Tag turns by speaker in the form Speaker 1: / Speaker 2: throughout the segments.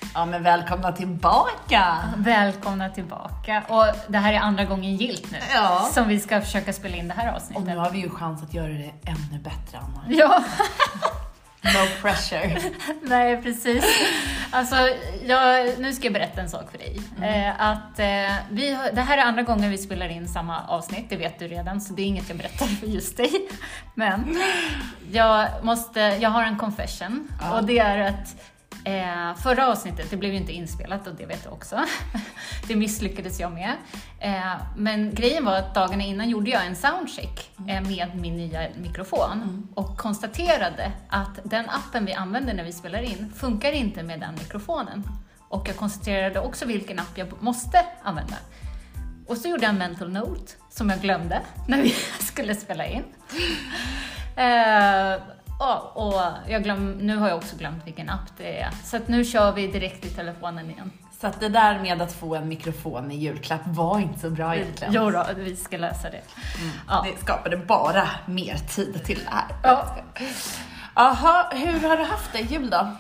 Speaker 1: Ja, men välkomna tillbaka!
Speaker 2: Välkomna tillbaka. Och det här är andra gången gillt nu.
Speaker 1: Ja.
Speaker 2: Som vi ska försöka spela in det här avsnittet.
Speaker 1: Och nu har vi ju chans att göra det ännu bättre, Anna.
Speaker 2: Ja.
Speaker 1: No pressure.
Speaker 2: Nej, precis. Alltså, nu ska jag berätta en sak för dig. Det här är andra gången vi spelar in samma avsnitt, det vet du redan. Så det är inget jag berättar för just dig. Men jag har en confession. Ja. Och det är att förra avsnittet, det blev ju inte inspelat och det vet du också. Det misslyckades jag med. Men grejen var att dagarna innan gjorde jag en soundcheck med min nya mikrofon och konstaterade att den appen vi använder när vi spelar in funkar inte med den mikrofonen. Och jag konstaterade också vilken app jag måste använda. Och så gjorde jag en mental note som jag glömde när vi skulle spela in. Och nu har jag också glömt vilken app det är. Så att nu kör vi direkt i telefonen igen.
Speaker 1: Så att det där med att få en mikrofon i julklapp var inte så bra egentligen.
Speaker 2: Jo då, vi ska lösa det.
Speaker 1: Ja. Det skapade bara mer tid till det här.
Speaker 2: Ja.
Speaker 1: Aha, hur har du haft det i jul då?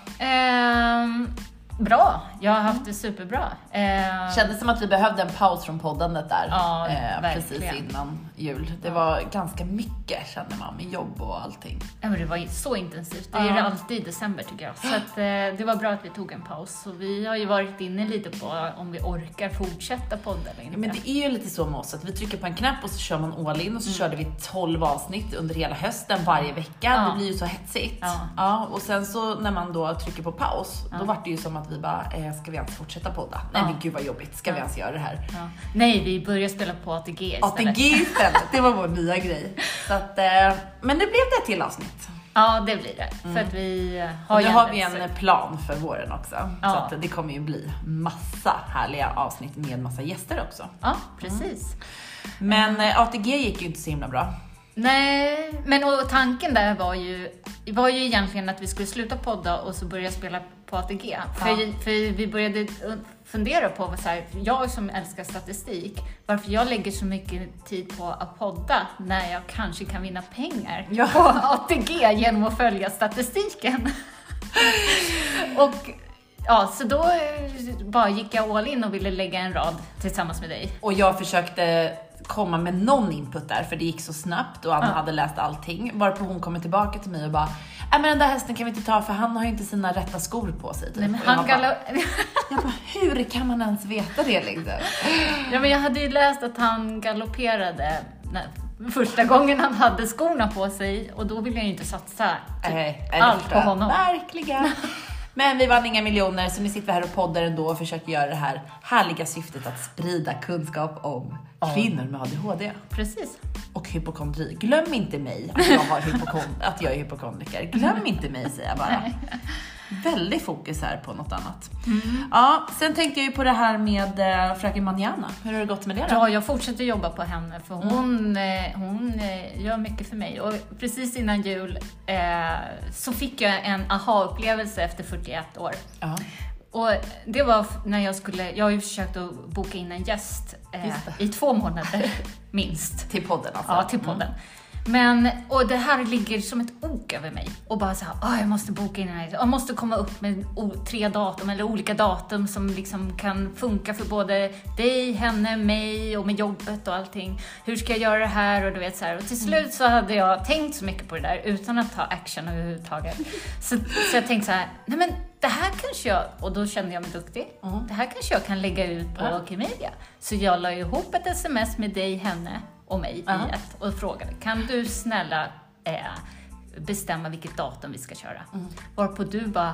Speaker 2: Bra, jag har haft det superbra.
Speaker 1: Kändes som att vi behövde en paus från poddandet där.
Speaker 2: Ja,
Speaker 1: precis innan jul. Det var ganska mycket, kände man, med jobb och allting.
Speaker 2: Ja, men det var så intensivt. Det är det alltid i december tycker jag. Så att, det var bra att vi tog en paus. Så vi har ju varit inne lite på om vi orkar fortsätta podda eller inte.
Speaker 1: Ja, men det är ju lite så med oss att vi trycker på en knapp och så kör man all in. Och så körde vi 12 avsnitt under hela hösten varje vecka. Ja. Det blir ju så hetsigt. Ja, och sen så när man då trycker på paus, då var det ju som att vi bara, ska vi ens fortsätta podda? Nej men gud vad jobbigt, ska vi ens göra det här? Ja.
Speaker 2: Nej, vi börjar spela på ATG istället.
Speaker 1: ATG istället, det var vår nya grej. Så att, men det blev det till avsnitt.
Speaker 2: Ja, det blir det. För att vi har
Speaker 1: och nu har vi en plan för våren också. Så att det kommer ju bli massa härliga avsnitt med massa gäster också.
Speaker 2: Ja, precis.
Speaker 1: Men ATG gick ju inte så himla bra.
Speaker 2: Nej, men och tanken där var ju egentligen att vi skulle sluta podda och så börja spela på ATG. För vi började fundera på så här, jag som älskar statistik, varför jag lägger så mycket tid på att podda när jag kanske kan vinna pengar på ATG genom att följa statistiken. Och så då bara gick jag all in och ville lägga en rad tillsammans med dig.
Speaker 1: Och jag försökte komma med någon input där, för det gick så snabbt och Anna hade läst allting. Varpå hon kommer tillbaka till mig och bara, men den där hästen kan vi inte ta för han har ju inte sina rätta skor på sig. Typ.
Speaker 2: Nej, men
Speaker 1: jag bara, hur kan man ens veta det liksom?
Speaker 2: Ja, men jag hade ju läst att han galopperade första gången han hade skorna på sig och då ville jag ju inte satsa allt på honom.
Speaker 1: Verkligen. Men vi vann inga miljoner, så nu sitter vi här och poddar ändå och försöker göra det här härliga syftet att sprida kunskap om kvinnor med ADHD.
Speaker 2: Precis. Och
Speaker 1: hypokondri. Glöm inte mig att jag är hypokondriker. Glöm inte mig, säger jag bara. Nej. Väldigt fokus här på något annat. Ja, sen tänkte jag ju på det här med fröken Manjana. Hur har det gått med det då?
Speaker 2: Ja, jag fortsätter jobba på henne för hon gör mycket för mig. Och precis innan jul så fick jag en aha-upplevelse efter 41 år. Ja. Och det var när jag har ju försökt att boka in en gäst i 2 månader minst.
Speaker 1: Till podden alltså?
Speaker 2: Ja, till podden. Och det här ligger som ett ok över mig. Och bara så här, jag måste boka in den här. Jag måste komma upp med 3 datum eller olika datum som liksom kan funka för både dig, henne, mig och med jobbet och allting. Hur ska jag göra det här? Och du vet så här. Och till slut så hade jag tänkt så mycket på det där utan att ta action överhuvudtaget. Så jag tänkte så här, nej men det här kanske jag, och då kände jag mig duktig. Det här kanske jag kan lägga ut på Wikimedia. Så jag la ihop ett sms med dig, henne och mig i ett och frågade, kan du snälla bestämma vilket datum vi ska köra? Varpå du bara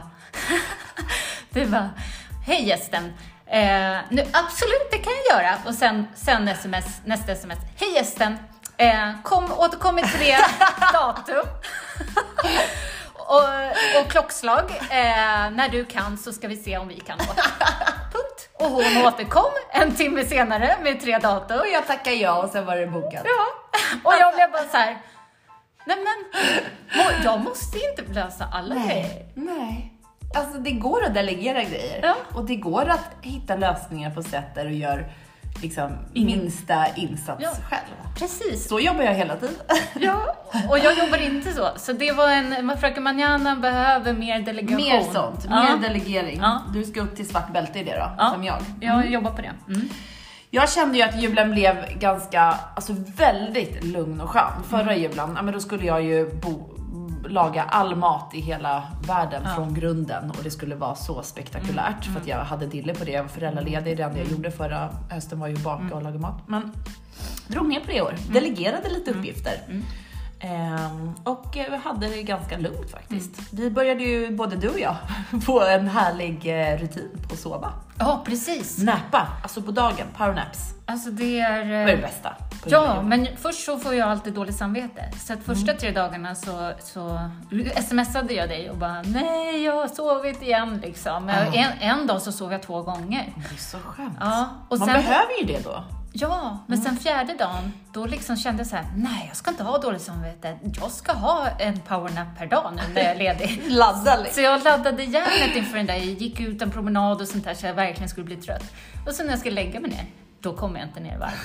Speaker 2: hej gästen, nu, absolut det kan jag göra. Och sen nästa sms, hej gästen, återkom med 3 datum och klockslag, när du kan så ska vi se om vi kan punkt. Och hon återkom 1 timme senare med 3 datum.
Speaker 1: Och jag tackar ja och sen var det bokat.
Speaker 2: Ja, och jag blev bara så här, nej men jag måste inte lösa alla grejer.
Speaker 1: Nej. Alltså det går att delegera grejer. Ja. Och det går att hitta lösningar på sätt där du gör liksom minsta insats själv.
Speaker 2: Precis.
Speaker 1: Så jobbar jag hela tiden.
Speaker 2: Ja, och jag jobbar inte så. Så det var Fröken Manana behöver mer delegation.
Speaker 1: Mer sånt, mer delegering. Ja. Du ska upp till svart bälte i det då, som jag.
Speaker 2: Jag jobbar på det.
Speaker 1: Jag kände ju att julen blev ganska, väldigt lugn och skön. Förra julen, men då skulle jag ju laga all mat i hela världen från grunden, och det skulle vara så spektakulärt för att jag hade dille på det. Jag var föräldraledig, det enda jag gjorde förra hösten var ju baka och laga mat. Men drog ner på det år, delegerade lite uppgifter. Och vi hade det ganska lugnt faktiskt. Vi började ju, både du och jag, få en härlig rutin på att sova.
Speaker 2: Ja, precis.
Speaker 1: Nappa, alltså på dagen, powernaps.
Speaker 2: Alltså det är...
Speaker 1: Det är det bästa.
Speaker 2: Ja, men först så får jag alltid dåligt samvete. Så att första 3 dagarna så smsade jag dig och bara, nej, jag har sovit igen liksom. En dag så sov jag 2 gånger.
Speaker 1: Det är så skönt.
Speaker 2: Ja, och
Speaker 1: man behöver ju det då.
Speaker 2: Ja, men sen 4:e dagen, då liksom kände jag så här, nej, jag ska inte ha dåligt samvete. Jag ska ha en powernap per dag nu när jag är ledig.
Speaker 1: Ladda liksom.
Speaker 2: Så jag laddade järnet inför den där. Jag gick ut en promenad och sånt där så jag verkligen skulle bli trött. Och sen när jag ska lägga mig ner, då kommer jag inte ner varv.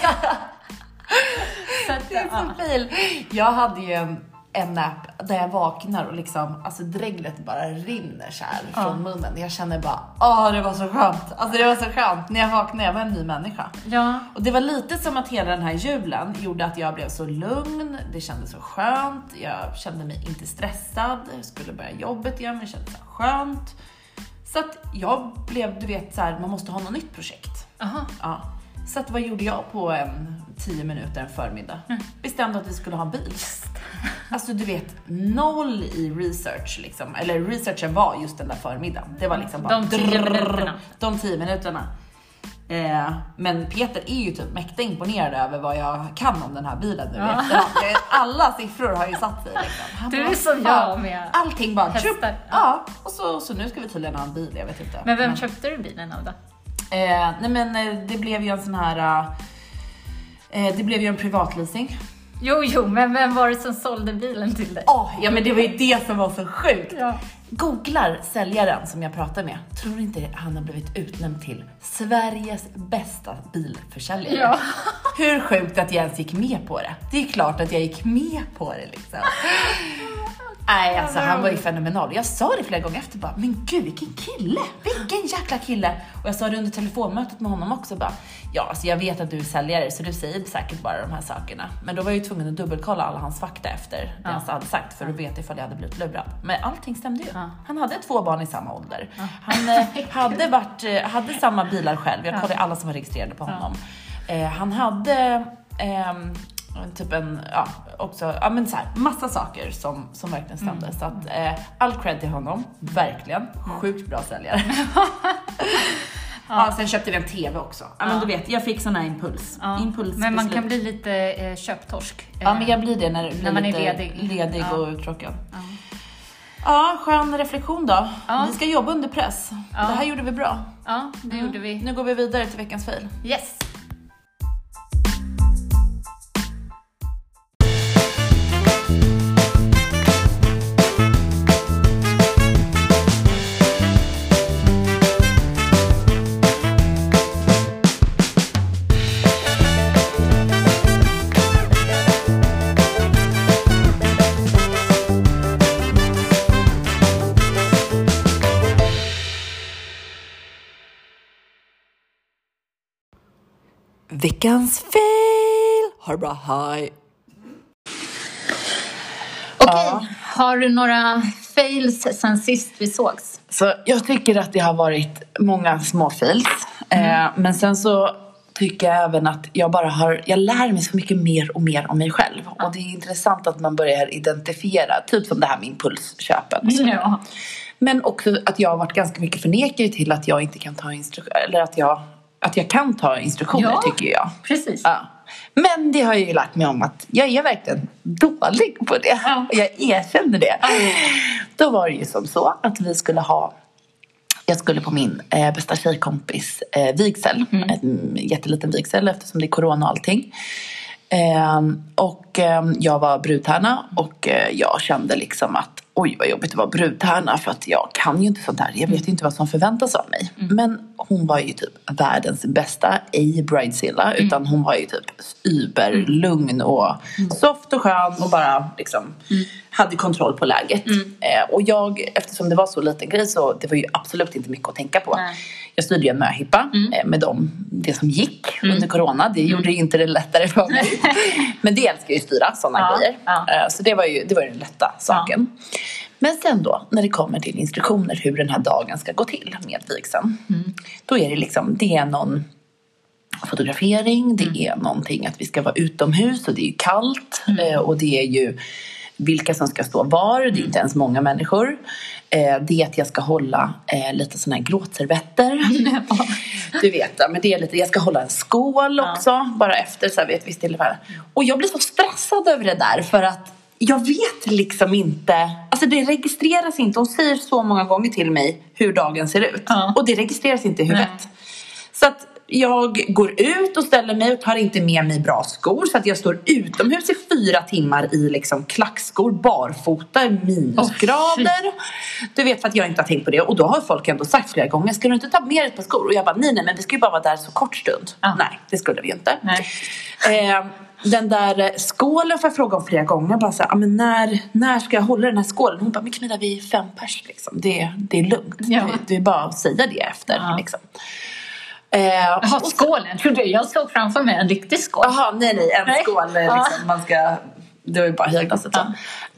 Speaker 1: Det är så fil. Jag hade ju en nap där jag vaknar och liksom, dreglet bara rinner så här från munnen. Jag känner bara, det var så skönt. Det var så skönt. När jag vaknade, jag var en ny människa.
Speaker 2: Ja.
Speaker 1: Och det var lite som att hela den här julen gjorde att jag blev så lugn. Det kändes så skönt. Jag kände mig inte stressad. Jag skulle börja jobbet igen, men det kändes så skönt. Så att jag blev, du vet, så här, man måste ha något nytt projekt. Ja. Så att vad gjorde jag på 10 minuter en förmiddag? Bestämde att vi skulle ha en bil. Du vet, 0 i research liksom. Eller researchen var just den där förmiddagen. Det var liksom bara
Speaker 2: de
Speaker 1: 10 minuterna. Men Peter är ju typ mäkta imponerad över vad jag kan om den här bilen nu. Alla siffror har ju satt sig liksom.
Speaker 2: Du är som jag med.
Speaker 1: Allting bara
Speaker 2: hästar.
Speaker 1: Ja, och så nu ska vi tydligen ha en bil, jag vet inte.
Speaker 2: Men vem köpte du bilen av då?
Speaker 1: Nej men det blev ju en sån här det blev ju en privatleasing.
Speaker 2: Jo, men vem var det som sålde bilen till dig?
Speaker 1: Ja, men det var ju det som var så sjukt.
Speaker 2: Ja.
Speaker 1: Googlar säljaren som jag pratade med. Tror inte han har blivit utnämnd till Sveriges bästa bilförsäljare?
Speaker 2: Ja.
Speaker 1: Hur sjukt att jag ens gick med på det. Det är klart att jag gick med på det liksom. Nej, han var ju fenomenal. Jag sa det flera gånger efter bara, men gud, vilken kille. Vilken jäkla kille. Och jag sa det under telefonmötet med honom också bara, jag vet att du är säljare så du säger säkert bara de här sakerna. Men då var jag ju tvungen att dubbelkolla alla hans fakta efter det han hade sagt för att veta ifall jag hade blivit lurad. Men allting stämde ju. Han hade 2 barn i samma ålder. Han hade samma bilar själv. Jag kollade alla som var registrerade på honom. Han hade typ men så här, massa saker som verkligen stämde. Så att all cred till honom, verkligen sjukt bra säljare. Sen köpte vi en TV också. Men du vet, jag fick sån här impuls
Speaker 2: men man kan bli lite köptorsk.
Speaker 1: Men jag blir det när man är ledig och uttråkad. Skön reflektion då. Vi ska jobba under press. Det här gjorde vi bra.
Speaker 2: Ja, det gjorde vi.
Speaker 1: Nu går vi vidare till veckans fail.
Speaker 2: Yes.
Speaker 1: Veckans fail. Ha det bra, hej.
Speaker 2: Okej, har du några fails sen sist vi sågs?
Speaker 1: Så jag tycker att det har varit många små fails. Men sen så tycker jag även att jag lär mig så mycket mer och mer om mig själv. Och det är intressant att man börjar identifiera, typ som det här med impulsköpen.
Speaker 2: Ja.
Speaker 1: Men också att jag har varit ganska mycket förnekad till att jag inte kan ta instruktioner, eller att jag kan ta instruktioner, tycker jag.
Speaker 2: Precis.
Speaker 1: Ja. Men det har jag ju lärt mig om att jag är verkligen dålig på det. Ja. Jag erkänner det. Då var det ju som så att jag skulle på min bästa tjejkompis vigsel. En jätteliten vigsel eftersom det är corona och allting. Och jag var brudtärna och jag kände liksom att oj vad jobbigt att vara brudtärna, för att jag kan ju inte sånt här. Jag vet ju inte vad som förväntas av mig. Men hon var ju typ världens bästa, ej bridezilla, utan hon var ju typ lugn och soft och skön och bara liksom hade kontroll på läget. Och jag, eftersom det var så liten grej, så det var ju absolut inte mycket att tänka på. Nej. Jag styrde ju en möhippa med det som gick under corona. Det gjorde ju inte det lättare för mig. Men det älskar ju att styra sådana grejer. Så det var ju den lätta saken. Men sen då, när det kommer till instruktioner hur den här dagen ska gå till med vigseln. Då är det liksom, det är någon fotografering, det är någonting att vi ska vara utomhus och det är ju kallt. Och det är ju vilka som ska stå var, det är inte ens många människor. Det är att jag ska hålla lite såna här gråtservetter. Du vet, men det är lite, jag ska hålla en skål också, bara efter så här vid ett visst tillfälle. Och jag blir så stressad över det där, för att jag vet liksom inte, alltså det registreras inte. Hon säger så många gånger till mig hur dagen ser ut. Och det registreras inte i huvudet. Så att jag går ut och ställer mig och tar inte med mig bra skor. Så att jag står utomhus i 4 timmar i liksom klackskor, barfota, minusgrader. Du vet, för att jag inte har tänkt på det. Och då har folk ändå sagt flera gånger, ska du inte ta med dig ett par skor? Och jag bara, nej, men vi ska ju bara vara där så kort stund. Nej, det skulle vi ju inte. Den där skålen får jag fråga om flera gånger. Bara så här, men när ska jag hålla den här skålen? Hon bara, men Camilla, vi är 5 pers liksom. Det är lugnt. Det är bara att säga det efter liksom.
Speaker 2: Skålen, trodde jag såg framför mig en riktig skål.
Speaker 1: Jaha, nej, en skål liksom, man ska, det var ju bara höglasset så.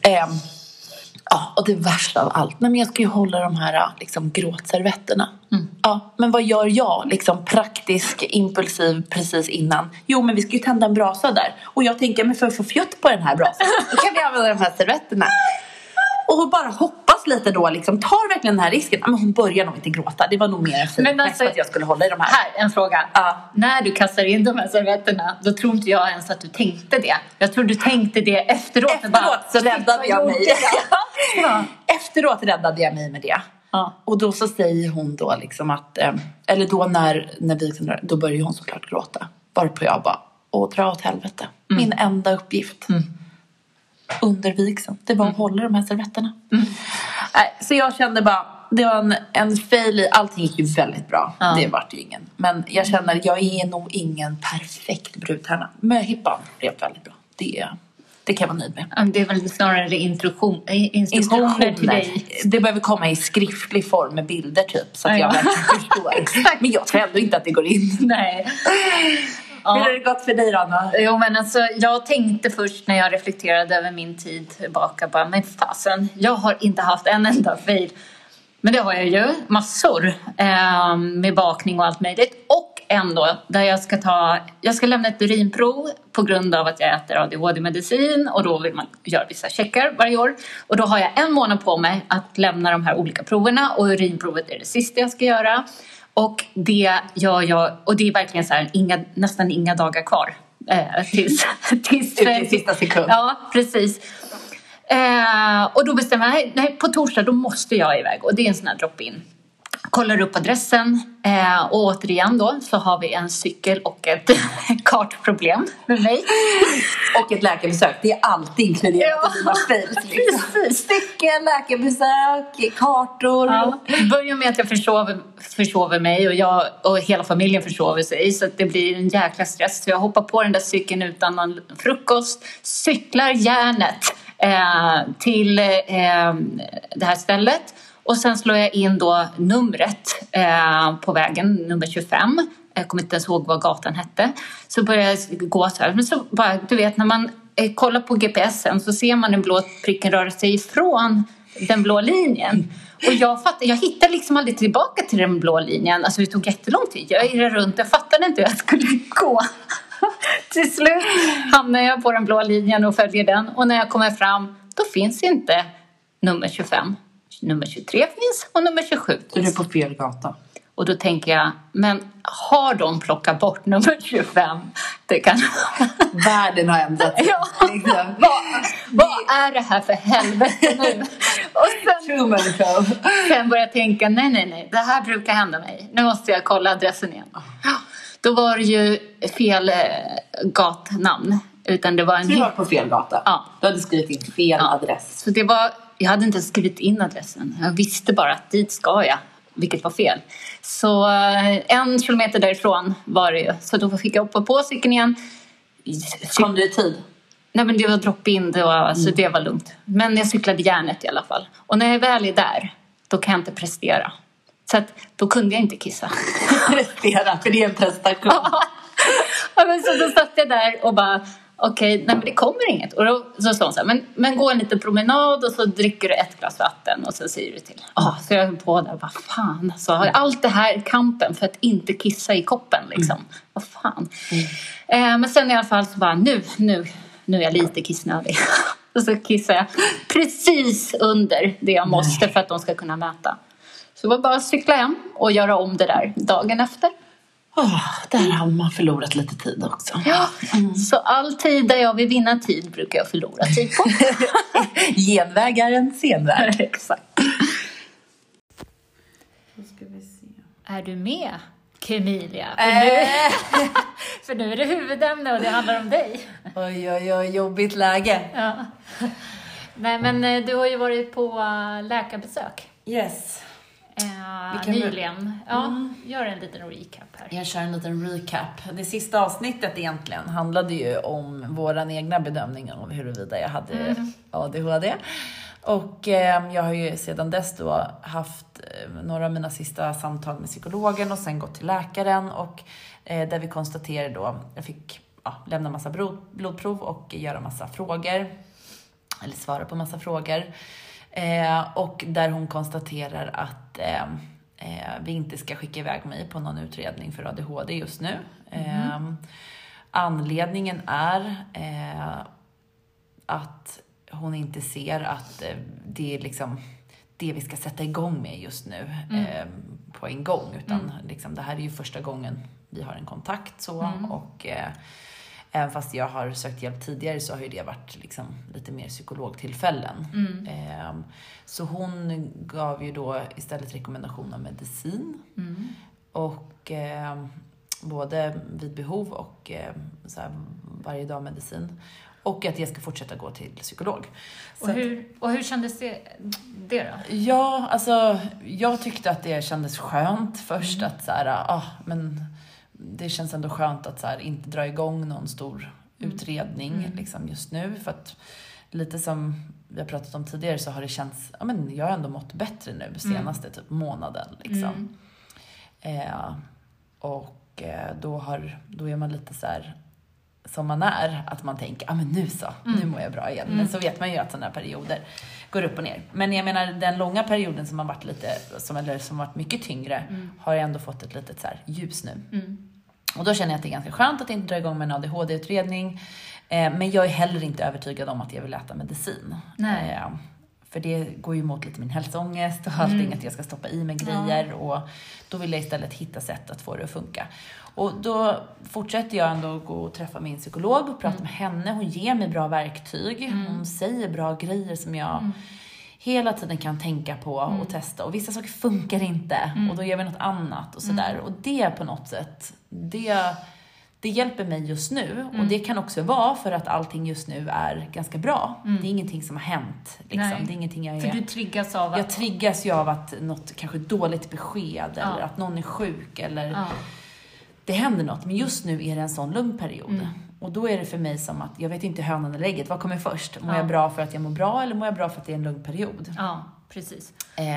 Speaker 1: Och det värsta av allt, men jag ska ju hålla de här liksom gråtservetterna. Men vad gör jag liksom praktisk, impulsiv precis innan? Jo, men vi ska ju tända en brasa där. Och jag tänker, men för att få fjutt på den här brasan, då kan vi använda de här servetterna. Och hon bara hoppas lite då, liksom, tar verkligen den här risken. Men hon börjar nog inte gråta. Det var nog mer fint alltså, att jag skulle hålla i de här.
Speaker 2: Här, en fråga. När du kastar in de här servetterna, då tror inte jag ens att du tänkte det. Jag tror du tänkte det efteråt. Efteråt
Speaker 1: så räddade jag mig. Efteråt räddade jag mig med det. Och då så säger hon då liksom att, eller då när vi, då börjar hon såklart gråta. Varpå jag bara, dra åt helvete. Min enda uppgift. Under vigseln. Det var att hålla de här servetterna. Så jag kände bara, det var en fail i, allting gick ju väldigt bra. Det var ju ingen. Men jag känner, jag är nog ingen perfekt brudtärna. Möhippan blev väldigt bra. Det kan jag vara nöjd med.
Speaker 2: Det är väl snarare instruktioner till dig.
Speaker 1: Det behöver komma i skriftlig form med bilder typ. Så att jag verkligen förstår. Men jag tror ändå inte att det går in.
Speaker 2: Nej.
Speaker 1: Hur har det gått för dig då, Anna?
Speaker 2: Jo, men alltså, jag tänkte först när jag reflekterade över min tid tillbaka, bara, men fasen, jag har inte haft en enda fail. Men det har jag ju, massor med bakning och allt möjligt. Och ändå, där jag ska lämna ett urinprov på grund av att jag äter ADHD-medicin. Och då vill man göra vissa checkar varje år. Och då har jag 1 månad på mig att lämna de här olika proverna. Och urinprovet är det sista jag ska göra. Och det gör jag, och det är verkligen så här, nästan inga dagar kvar tills
Speaker 1: till sista sekund.
Speaker 2: Ja, precis. Och då bestämmer jag, nej, på torsdag då måste jag iväg. Och det är en sån här drop-in. Kollar upp adressen och återigen då så har vi en cykel och ett kartproblem med mig.
Speaker 1: Och ett läkarbesök, det är alltid inkluderat i dina fails. Liksom. Cykel, läkarbesök, kartor.
Speaker 2: Börjar med att jag försover mig och jag och hela familjen försover sig. Så att det blir en jäkla stress. Så jag hoppar på den där cykeln utan någon frukost. Cyklar järnet till det här stället. Och sen slår jag in då numret på vägen, nummer 25. Jag kommer inte ens ihåg vad gatan hette. Så börjar jag gå så här. Men så bara, du vet, när man kollar på GPSen så ser man den blå pricken röra sig ifrån den blå linjen. Och jag hittade liksom aldrig tillbaka till den blå linjen. Alltså det tog jättelång tid. Jag irrade runt, jag fattade inte hur jag skulle gå. Till slut hamnar jag på den blå linjen och följer den. Och när jag kommer fram, då finns inte nummer 25. Nummer 23 finns och nummer 27 finns.
Speaker 1: Så du är på fel gata.
Speaker 2: Och då tänker jag, men har de plockat bort nummer 25? Det kan...
Speaker 1: Världen har ändrat sig.
Speaker 2: Ja. Liksom. Vad är det här för helvete nu? Och sen börjar jag tänka, nej. Det här brukar hända mig. Nu måste jag kolla adressen igen. Då var det ju fel gatnamn. Utan det var
Speaker 1: du var på fel gata?
Speaker 2: Ja.
Speaker 1: Du hade skrivit in fel adress.
Speaker 2: Så det var jag hade inte skrivit in adressen. Jag visste bara att dit ska jag, vilket var fel. Så 1 kilometer därifrån var det ju. Så då fick jag hoppa på cykeln igen.
Speaker 1: Kom du i tid?
Speaker 2: Nej, men det var drop-in, det var lugnt. Men jag cyklade järnet i alla fall. Och när jag väl är där, då kan jag inte prestera. Så att, då kunde jag inte kissa.
Speaker 1: Prestera, för det är en prestation.
Speaker 2: Ja, men så då satt jag där och bara, okej, nej men det kommer inget. Och då så sa hon så här, men gå en liten promenad och så dricker du 1 glas vatten och så säger du till. Så jag höll på där, vad fan. Så har allt det här kampen för att inte kissa i koppen liksom. Vad fan. Men sen i alla fall så bara, nu är jag lite kissnödig. Och så kissar jag precis under det jag måste för att de ska kunna mäta. Så det var bara att cykla hem och göra om det där dagen efter.
Speaker 1: Där har man förlorat lite tid också.
Speaker 2: Ja, så all tid där jag vill vinna tid brukar jag förlora tid på.
Speaker 1: Genvägaren, senväg.
Speaker 2: Exakt.
Speaker 1: Då ska vi se.
Speaker 2: Är du med, Kemilia? För nu är det huvudämne och det handlar om dig.
Speaker 1: Oj, jobbigt läge.
Speaker 2: Ja. Nej, men du har ju varit på läkarbesök.
Speaker 1: Yes.
Speaker 2: Nyligen. Gör en liten recap här.
Speaker 1: Jag kör en liten recap. Det sista avsnittet egentligen handlade ju om våran egna bedömning av huruvida jag hade ADHD. Och jag har ju sedan dess då haft några av mina sista samtal med psykologen och sen gått till läkaren. Och där vi konstaterade då, jag fick lämna massa blodprov och göra massa frågor. Eller svara på massa frågor. Och där hon konstaterar att vi inte ska skicka iväg mig på någon utredning för ADHD just nu. Anledningen är att hon inte ser att det är liksom det vi ska sätta igång med just nu på en gång. Utan liksom, det här är ju första gången vi har en kontakt så. Och även fast jag har sökt hjälp tidigare så har ju det varit liksom lite mer psykologtillfällen. Så hon gav ju då istället rekommendation av medicin. Och både vid behov och så här, varje dag medicin. Och att jag ska fortsätta gå till psykolog.
Speaker 2: Och hur kändes det då?
Speaker 1: Ja, alltså jag tyckte att det kändes skönt först att så här, men det känns ändå skönt att så här, inte dra igång någon stor utredning liksom just nu. För att lite som vi har pratat om tidigare så har det känts, jag har ändå mått bättre nu senaste typ månaden liksom. Och då är man lite så här som man är, att man tänker, men nu så, nu mår jag bra igen. Men så vet man ju att sådana här perioder går upp och ner. Men jag menar, den långa perioden som har varit lite, som har varit mycket tyngre, har jag ändå fått ett litet så här ljus nu. Och då känner jag att det är ganska skönt att inte dra igång med en ADHD-utredning. Men jag är heller inte övertygad om att jag vill äta medicin.
Speaker 2: Nej.
Speaker 1: För det går ju emot lite min hälsoångest och allting, att jag ska stoppa i mig grejer. Och då vill jag istället hitta sätt att få det att funka. Och då fortsätter jag ändå gå och träffa min psykolog och prata med henne. Hon ger mig bra verktyg. Hon säger bra grejer som jag hela tiden kan tänka på och testa. Och vissa saker funkar inte. Och då gör vi något annat och sådär. Och det på något sätt, det hjälper mig just nu. Och det kan också vara för att allting just nu är ganska bra. Det är ingenting som har hänt. Liksom. Det är ingenting jag är...
Speaker 2: För du triggas av att...
Speaker 1: Jag triggas ju av att något kanske dåligt besked. Eller att någon är sjuk. Eller det händer något. Men just nu är det en sån lugn period. Och då är det för mig som att jag vet inte hönan eller ägget. Vad kommer först? Mår jag bra för att jag mår bra? Eller mår jag bra för att det är en lugn period?
Speaker 2: Ja, precis.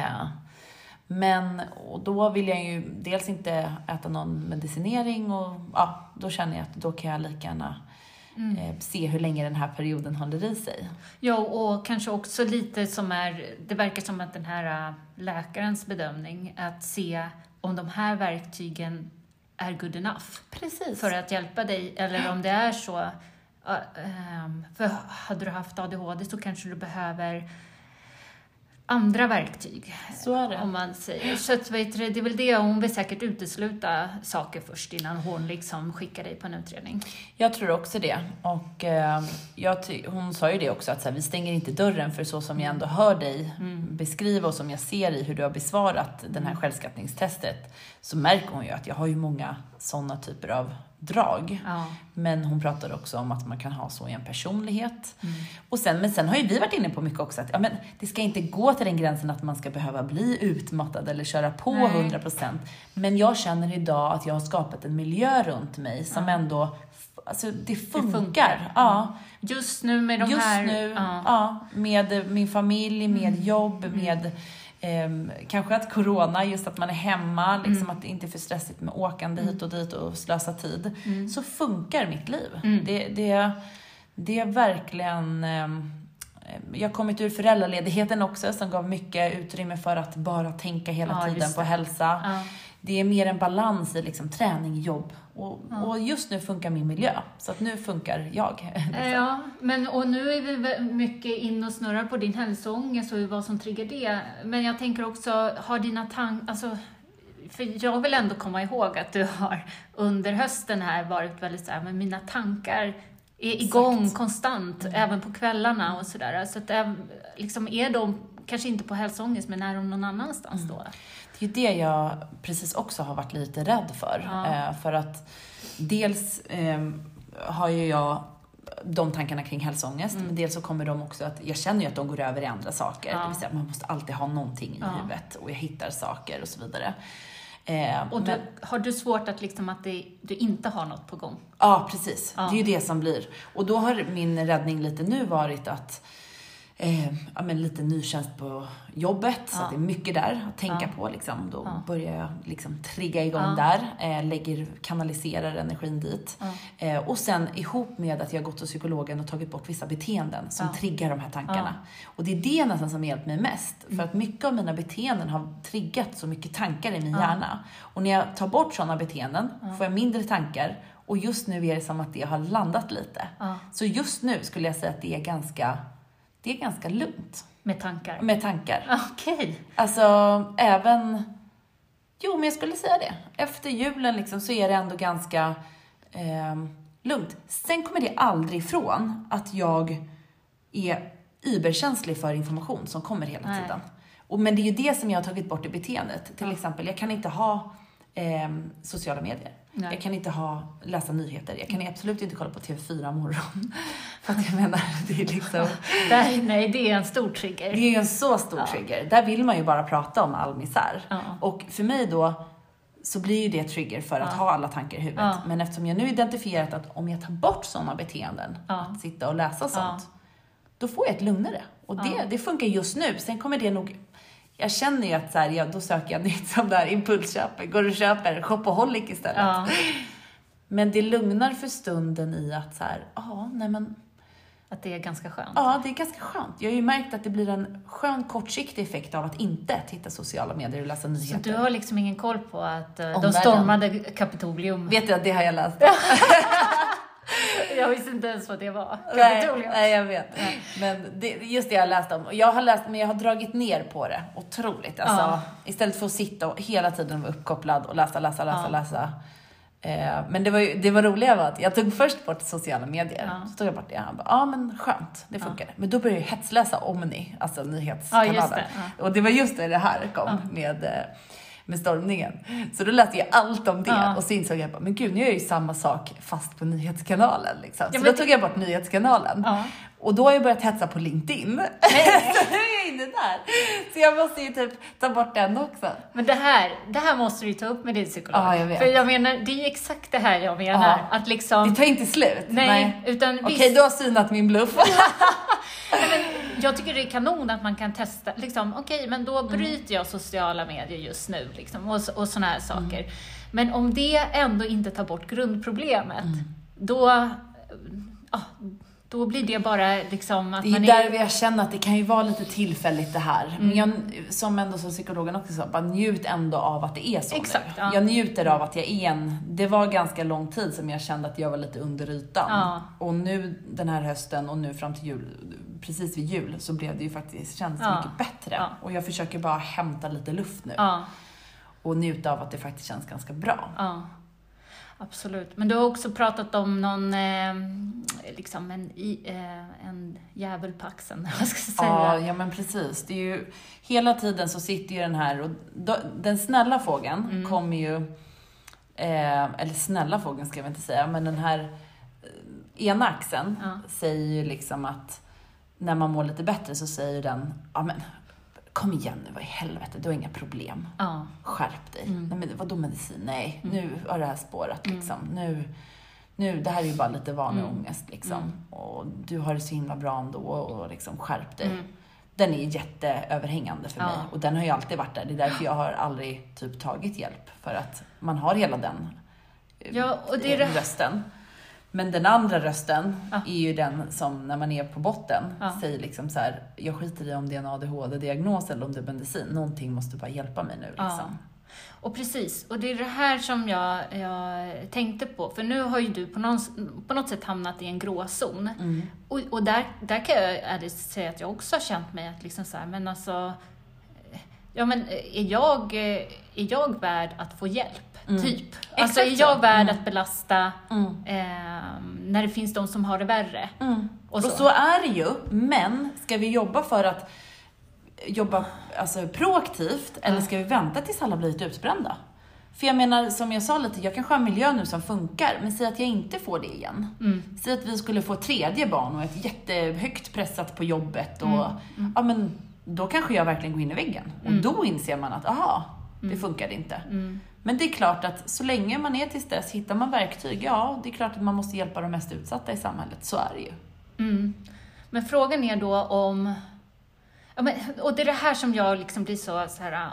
Speaker 1: Men och då vill jag ju dels inte äta någon medicinering. Och då känner jag att då kan jag lika gärna se hur länge den här perioden håller i sig.
Speaker 2: Ja, och kanske också lite som det verkar som att den här läkarens bedömning, att se om de här verktygen är good enough.
Speaker 1: Precis.
Speaker 2: För att hjälpa dig, eller om det är så, för hade du haft ADHD så kanske du behöver andra verktyg.
Speaker 1: Så är det.
Speaker 2: Om man säger. Så att, det är väl det, hon vill säkert utesluta saker först innan hon liksom skickar dig på en utredning.
Speaker 1: Jag tror också det. Och hon sa ju det också, att så här, vi stänger inte dörren, för så som jag ändå hör dig beskriva och som jag ser i hur du har besvarat den här självskattningstestet, så märker hon ju att jag har ju många sådana typer av drag. Men hon pratar också om att man kan ha så i en personlighet. Och sen har ju vi varit inne på mycket också att det ska inte gå till den gränsen att man ska behöva bli utmattad eller köra på 100%. Men jag känner idag att jag har skapat en miljö runt mig som ändå, alltså det funkar. Ja.
Speaker 2: Just nu med de
Speaker 1: Just
Speaker 2: här...
Speaker 1: nu, med min familj, med jobb, med kanske att corona, just att man är hemma, liksom att det inte är för stressigt med åkande hit och dit och slösa tid. Så funkar mitt liv. Det är verkligen... Jag har kommit ur föräldraledigheten också som gav mycket utrymme för att bara tänka hela tiden på hälsa. Det är mer en balans i liksom träning, jobb. Och just nu funkar min miljö. Så att nu funkar jag. Liksom.
Speaker 2: Ja, och nu är vi mycket in och snurrar på din hälsoångest och vad som triggar det. Men jag tänker också, har dina tankar... Alltså, för jag vill ändå komma ihåg att du har under hösten här varit väldigt så här, men mina tankar är igång konstant, även på kvällarna och sådär. Så att liksom är de kanske inte på hälsoångest, men är de någon annanstans då?
Speaker 1: Det är det jag precis också har varit lite rädd för. För att dels har ju jag de tankarna kring hälsoångest. Men dels så kommer de också att jag känner ju att de går över i andra saker. Det vill säga att man måste alltid ha någonting i huvudet. Och jag hittar saker och så vidare.
Speaker 2: Och har du svårt att liksom att du inte har något på gång?
Speaker 1: Ja, precis. Det är ju det som blir. Och då har min räddning lite nu varit att lite nytjänst på jobbet, så att det är mycket där att tänka på liksom. Då börjar jag liksom trigga igång där, kanaliserar energin dit. Och sen ihop med att jag har gått till psykologen och tagit bort vissa beteenden som triggar de här tankarna. Och det är det nästan som hjälpt mig mest, för att mycket av mina beteenden har triggat så mycket tankar i min hjärna. Och när jag tar bort sådana beteenden får jag mindre tankar. Och just nu är det som att det har landat lite. Så just nu skulle jag säga att det är ganska lugnt.
Speaker 2: Med tankar?
Speaker 1: Med tankar.
Speaker 2: Okej.
Speaker 1: Alltså, även... Jo, men jag skulle säga det. Efter julen liksom, så är det ändå ganska lugnt. Sen kommer det aldrig ifrån att jag är überkänslig för information som kommer hela tiden. Men det är ju det som jag har tagit bort i beteendet. Till exempel, jag kan inte ha sociala medier. Nej. Jag kan inte läsa nyheter. Jag kan absolut inte kolla på TV4 morgon. För att jag menar, det är liksom...
Speaker 2: Nej, det är en stor trigger.
Speaker 1: Det är en så stor trigger. Där vill man ju bara prata om all misär. Och för mig då så blir ju det trigger för att ha alla tankar i huvudet. Men eftersom jag nu identifierat att om jag tar bort sådana beteenden, att sitta och läsa sånt, då får jag ett lugnare. Och det funkar just nu. Sen kommer det nog... Jag känner ju att så här, då söker jag nytt som där impulsköper. Går och köper shopaholic istället. Men det lugnar för stunden i att så här,
Speaker 2: att det är ganska skönt.
Speaker 1: Ja, det är ganska skönt. Jag har ju märkt att det blir en skön kortsiktig effekt av att inte titta sociala medier och läsa nyheter.
Speaker 2: Så du har liksom ingen koll på att de stormade Kapitolium?
Speaker 1: Vet du att det har jag läst?
Speaker 2: Jag visste inte ens vad det var.
Speaker 1: Nej, jag vet. Men just det jag har läst om. Jag har dragit ner på det otroligt. Alltså, istället för att sitta och hela tiden vara uppkopplad och läsa. Men det var roliga var att jag tog först bort sociala medier. Så tog jag bort det. Han bara, men skönt, det funkar. Men då började jag hetsläsa Omni, alltså nyhetskanalen.
Speaker 2: Just det.
Speaker 1: Och det var just det här kom med stormningen. Så då läste jag allt om det. Och så insåg jag bara, men gud, nu är jag ju samma sak fast på nyhetskanalen. Liksom. Så då tog jag bort nyhetskanalen. Och då har jag börjat hetsa på LinkedIn. Så nu är jag inne där. Så jag måste ju typ ta bort den också.
Speaker 2: Men det här måste du ta upp med din psykolog.
Speaker 1: Ja, jag vet.
Speaker 2: För jag menar, det är ju exakt det här jag menar. Att liksom...
Speaker 1: Det tar inte slut.
Speaker 2: Nej. Utan
Speaker 1: Okej, du har synat min bluff.
Speaker 2: Jag tycker det är kanon att man kan testa, liksom, okej, men då bryter jag sociala medier just nu, liksom, och såna här saker. Men om det ändå inte tar bort grundproblemet, då blir det bara liksom att
Speaker 1: det är där jag känner att det kan ju vara lite tillfälligt det här. Men jag, som psykologen också sa, bara njut ändå av att det är så.
Speaker 2: Exakt,
Speaker 1: nu. Jag njuter av att jag är det var ganska lång tid som jag kände att jag var lite under ytan. Och nu den här hösten och nu fram till jul, precis vid jul, så blev det ju faktiskt känns mycket bättre. Och jag försöker bara hämta lite luft nu. Och njuta av att det faktiskt känns ganska bra.
Speaker 2: Absolut. Men du har också pratat om någon liksom en djävulpaxen, vad ska jag säga.
Speaker 1: Ja, men precis. Det är ju hela tiden så sitter ju den här och den snälla fågeln kommer ju eller snälla fågeln ska jag inte säga, men den här ena axeln säger ju liksom att när man mår lite bättre så säger den, ja men kom igen nu, vad i helvete, du har inga problem. Skärp dig. Nej men vadå medicin? Nej, nu har det här spårat liksom. Nu, det här är ju bara lite vanlig ångest liksom. Och du har det så himla bra ändå och liksom skärp dig. Den är jätteöverhängande för mig. Och den har ju alltid varit där. Det är därför jag har aldrig typ tagit hjälp. För att man har hela den rösten. Men den andra rösten är ju den som när man är på botten säger liksom så här: jag skiter i om det är en ADHD-diagnos eller om det är medicin. Någonting måste bara hjälpa mig nu liksom.
Speaker 2: Och precis, och det är det här som jag tänkte på. För nu har ju du på något sätt hamnat i en gråzon. Och där kan jag ärligt säga att jag också har känt mig att liksom så här, men alltså, ja men är jag värd att få hjälp? Typ. Alltså är jag värd att belasta när det finns de som har det värre?
Speaker 1: Och så är det ju, men ska vi jobba för att jobba alltså proaktivt eller ska vi vänta tills alla blivit utbrända? För jag menar, som jag sa lite, jag kanske har en miljö nu som funkar, men säg att jag inte får det igen. Säg att vi skulle få 3:e barn och ett jättehögt pressat på jobbet och ja men då kanske jag verkligen går in i väggen. Och då inser man att det funkar inte. Men det är klart att så länge man är till stress, hittar man verktyg, det är klart att man måste hjälpa de mest utsatta i samhället. Så är det ju.
Speaker 2: Men frågan är då om... och det är det här som jag liksom blir så här...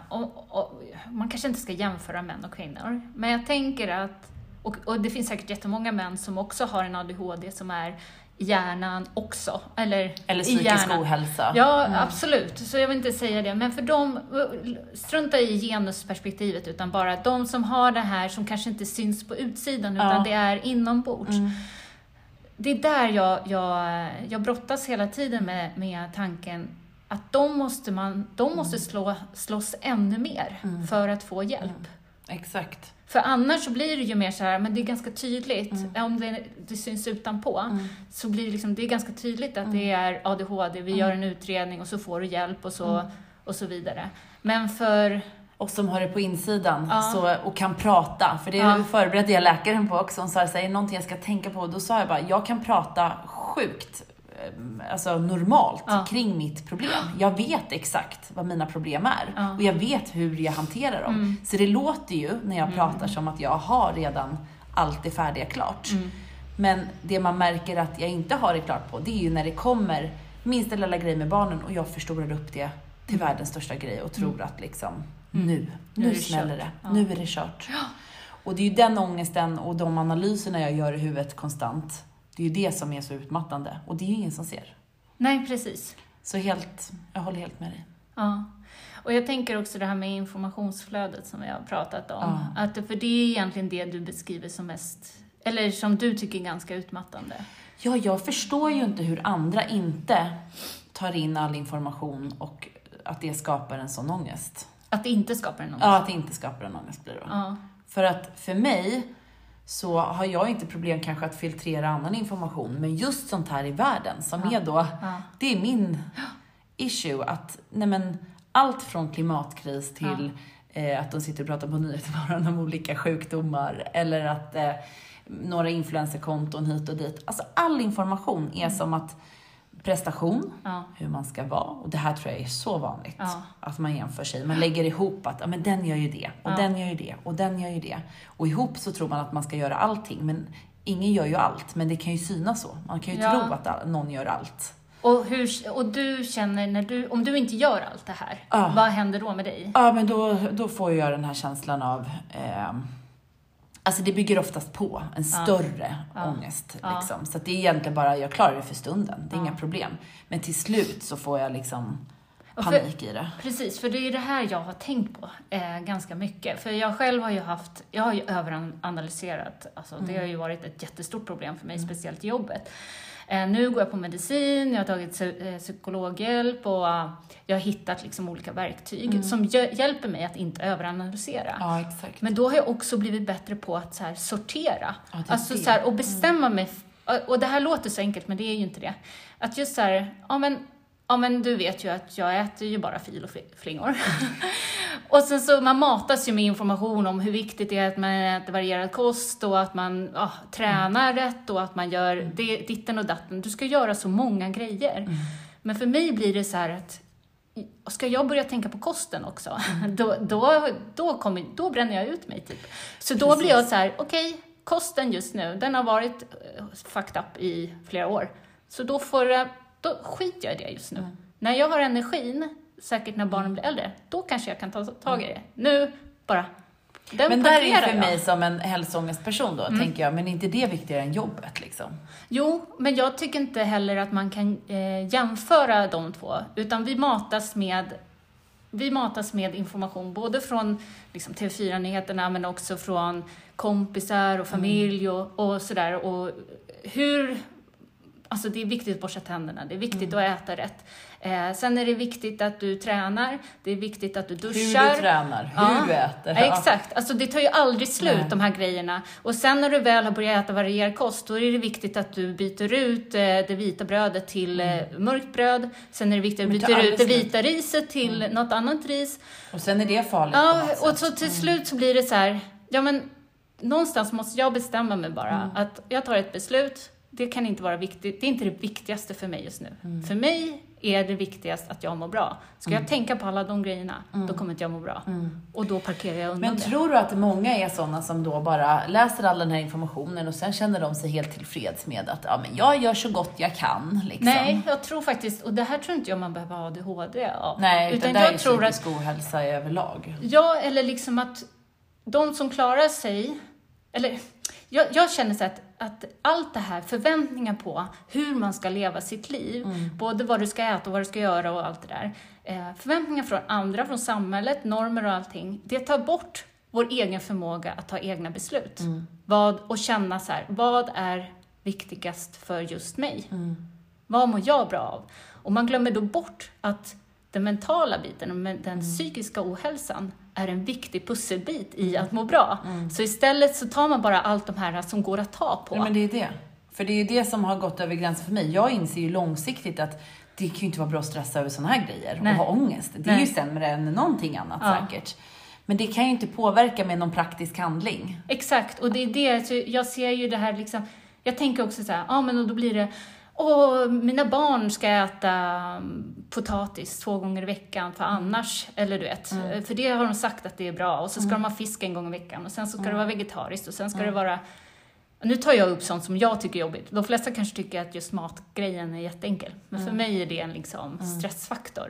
Speaker 2: man kanske inte ska jämföra män och kvinnor. Men jag tänker att... Och det finns säkert jättemånga män som också har en ADHD som är i hjärnan också. Eller
Speaker 1: psykisk ohälsa.
Speaker 2: Ja, absolut. Så jag vill inte säga det. Men för dem, strunta i genusperspektivet, utan bara de som har det här som kanske inte syns på utsidan, utan det är inombords. Det är där jag brottas hela tiden med tanken att de måste slåss ännu mer för att få hjälp.
Speaker 1: Exakt.
Speaker 2: För annars så blir det ju mer så här, men det är ganska tydligt, om det syns utanpå, så blir det liksom, det är ganska tydligt att det är ADHD, vi gör en utredning och så får du hjälp och så vidare. Men
Speaker 1: och som har det på insidan och kan prata, för det förberedde jag läkaren på också. Hon sa så här, någonting jag ska tänka på, då sa jag bara, jag kan prata sjukt alltså normalt kring mitt problem. Jag vet exakt vad mina problem är och jag vet hur jag hanterar dem. Så det låter ju när jag pratar som att jag har redan allt det färdiga klart. Men det man märker att jag inte har det klart på, det är ju när det kommer minsta lilla grej med barnen och jag förstorar upp det till världens största grej och tror att liksom nu smäller det. Nu är det kört. Och det är ju den ångesten och de analyserna jag gör i huvudet konstant. Det är ju det som är så utmattande. Och det är ju ingen som ser.
Speaker 2: Nej, precis.
Speaker 1: Så jag håller helt med dig.
Speaker 2: Ja. Och jag tänker också det här med informationsflödet som vi har pratat om. Att för det är egentligen det du beskriver som mest, eller som du tycker är ganska utmattande. Ja,
Speaker 1: jag förstår ju inte hur andra inte tar in all information och att det skapar en sån ångest.
Speaker 2: Att det inte skapar en ångest?
Speaker 1: Ja, att det inte skapar en ångest blir det. Ja. För att för mig så har jag inte problem kanske att filtrera annan information. Men just sånt här i världen som är då, det är min issue. Att allt från klimatkris till att de sitter och pratar på nyheterna om olika sjukdomar. Eller att några influencerkonton hit och dit. Alltså all information är som att prestation, hur man ska vara. Och det här tror jag är så vanligt. Att man jämför sig. Man lägger ihop att men den gör ju det. Och den gör ju det. Och den gör ju det. Och ihop så tror man att man ska göra allting. Men ingen gör ju allt. Men det kan ju synas så. Man kan ju tro att någon gör allt.
Speaker 2: Och du känner, om du inte gör allt det här, vad händer då med dig?
Speaker 1: Ja, men då får jag den här känslan av... Alltså det bygger oftast på en större ångest. Liksom. Så att det är egentligen bara, jag klarar det för stunden. Det är inga problem. Men till slut så får jag liksom panik i det.
Speaker 2: Precis, för det är det här jag har tänkt på ganska mycket. För jag själv har ju överanalyserat. Alltså, det har ju varit ett jättestort problem för mig, speciellt i jobbet. Nu går jag på medicin, jag har tagit psykologhjälp och jag har hittat liksom olika verktyg som hjälper mig att inte överanalysera.
Speaker 1: Ja, exakt.
Speaker 2: Men då har jag också blivit bättre på att så här, sortera. Alltså så här, och bestämma mig. Och det här låter så enkelt, men det är ju inte det. Att just så här, ja men du vet ju att jag äter ju bara fil och flingor. Och sen så man matas ju med information om hur viktigt det är att man äter varierad kost och att man tränar rätt och att man gör ditten och datten. Du ska göra så många grejer. Men för mig blir det så här att ska jag börja tänka på kosten också? Då bränner jag ut mig typ. Så då blir jag så här, okej, kosten just nu, den har varit fucked up i flera år. Så då skiter jag i det just nu. När jag har energin, säkert när barnen blir äldre, då kanske jag kan ta tag i det. Nu bara...
Speaker 1: Men där är för mig som en hälsoångestperson då, tänker jag. Men är inte det viktigare än jobbet liksom? Jo,
Speaker 2: men jag tycker inte heller att man kan jämföra de två. Utan vi matas med information både från liksom, TV4-nyheterna men också från kompisar och familj och sådär. Och alltså det är viktigt att borsta tänderna, det är viktigt att äta rätt. Sen är det viktigt att du tränar, det är viktigt att du duschar.
Speaker 1: Hur du tränar, hur du äter.
Speaker 2: Ja, exakt, alltså det tar ju aldrig slut de här grejerna. Och sen när du väl har börjat äta varierad kost, då är det viktigt att du byter ut det vita brödet till mörkt bröd. Sen är det viktigt att du byter ut det vita riset till något annat ris.
Speaker 1: Och sen är det farligt.
Speaker 2: Ja, och så till slut så blir det så här, ja men någonstans måste jag bestämma mig bara. Att jag tar ett beslut. Det kan inte vara viktigt. Det är inte det viktigaste för mig just nu. För mig är det viktigast att jag mår bra. Ska jag tänka på alla de grejerna, då kommer inte jag må bra. Och då parkerar jag undan.
Speaker 1: Men tror du att många är sådana som då bara läser all den här informationen och sen känner de sig helt tillfreds med att men jag gör så gott jag kan? Liksom.
Speaker 2: Nej, jag tror faktiskt, och det här tror inte jag man behöver ha ADHD av.
Speaker 1: Nej, utan det är psykisk ohälsa överlag.
Speaker 2: Ja, eller liksom att de som klarar sig, eller... Jag känner så att allt det här, förväntningar på hur man ska leva sitt liv, både vad du ska äta och vad du ska göra och allt det där. Förväntningar från andra, från samhället, normer och allting. Det tar bort vår egen förmåga att ta egna beslut. Och känna så här, vad är viktigast för just mig? Vad mår jag bra av? Och man glömmer då bort att den mentala biten, den psykiska ohälsan, är en viktig pusselbit i att må bra. Så istället så tar man bara allt de här som går att ta på.
Speaker 1: Ja, men det är det. För det är ju det som har gått över gränsen för mig. Jag inser ju långsiktigt att det kan ju inte vara bra att stressa över såna här grejer. Och ha ångest. Det är ju sämre än någonting annat säkert. Men det kan ju inte påverka med någon praktisk handling.
Speaker 2: Exakt, och det är det. Så jag ser ju det här liksom... Jag tänker också så här, men då blir det... mina barn ska äta potatis 2 gånger i veckan för annars, eller du vet, för det har de sagt att det är bra, och så ska de ha fisk 1 gång i veckan och sen så ska det vara vegetariskt och sen ska det vara, nu tar jag upp sånt som jag tycker är jobbigt. De flesta kanske tycker att just matgrejen är jätteenkel, men för mig är det en liksom stressfaktor.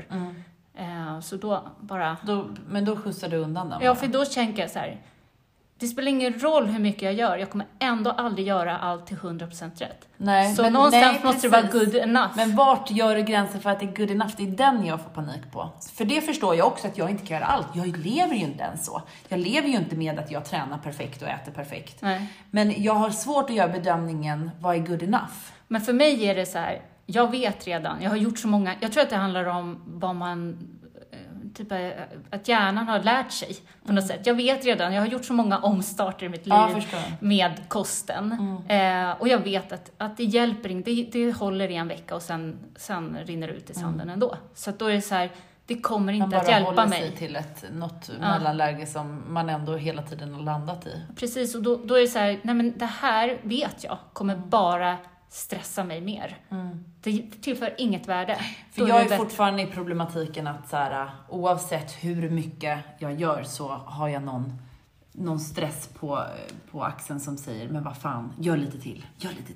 Speaker 2: Så då bara...
Speaker 1: Men då skjutsar du undan den?
Speaker 2: Ja, för då tänker jag så här, det spelar ingen roll hur mycket jag gör. Jag kommer ändå aldrig göra allt till 100% rätt.
Speaker 1: Nej,
Speaker 2: så någonstans måste det vara good enough.
Speaker 1: Men vart gör du gränsen för att det är good enough? Det är den jag får panik på. För det förstår jag också, att jag inte kan göra allt. Jag lever ju inte ens så. Jag lever ju inte med att jag tränar perfekt och äter perfekt.
Speaker 2: Nej.
Speaker 1: Men jag har svårt att göra bedömningen, vad är good enough?
Speaker 2: Men för mig är det så här, jag vet redan. Jag har gjort så många, jag tror att det handlar om vad man... Typ att hjärnan har lärt sig på något sätt. Jag vet redan, jag har gjort så många omstarter i mitt liv med kosten. Och jag vet att det hjälper inte, det håller i en vecka och sen rinner det ut i sanden ändå. Så att då är det så här, det kommer inte att hjälpa mig. Man bara håller
Speaker 1: sig till något mellanläge som man ändå hela tiden har landat i.
Speaker 2: Precis, och då är det så här, nej men det här vet jag kommer bara stressa mig mer. Det tillför inget värde.
Speaker 1: För jag är fortfarande i problematiken att så här, oavsett hur mycket jag gör så har jag någon stress på axeln som säger, men vad fan, gör lite till.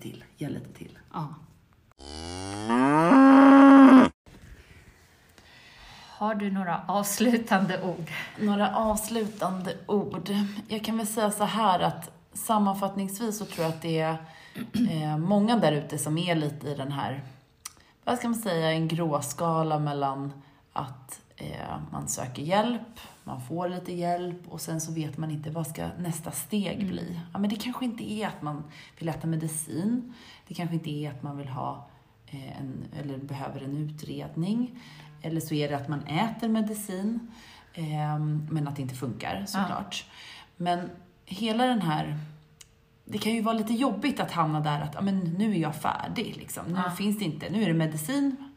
Speaker 2: Ja. Har du några avslutande ord?
Speaker 1: Några avslutande ord. Jag kan väl säga så här att sammanfattningsvis så tror jag att det är många där ute som är lite i den här, vad ska man säga, en gråskala mellan att man söker hjälp, man får lite hjälp och sen så vet man inte vad ska nästa steg bli. Ja, men det kanske inte är att man vill äta medicin, det kanske inte är att man vill ha eller behöver en utredning, eller så är det att man äter medicin men att det inte funkar såklart. Men hela den här, det kan ju vara lite jobbigt att hamna där att men nu är jag färdig liksom. Nu finns det inte, nu är det medicin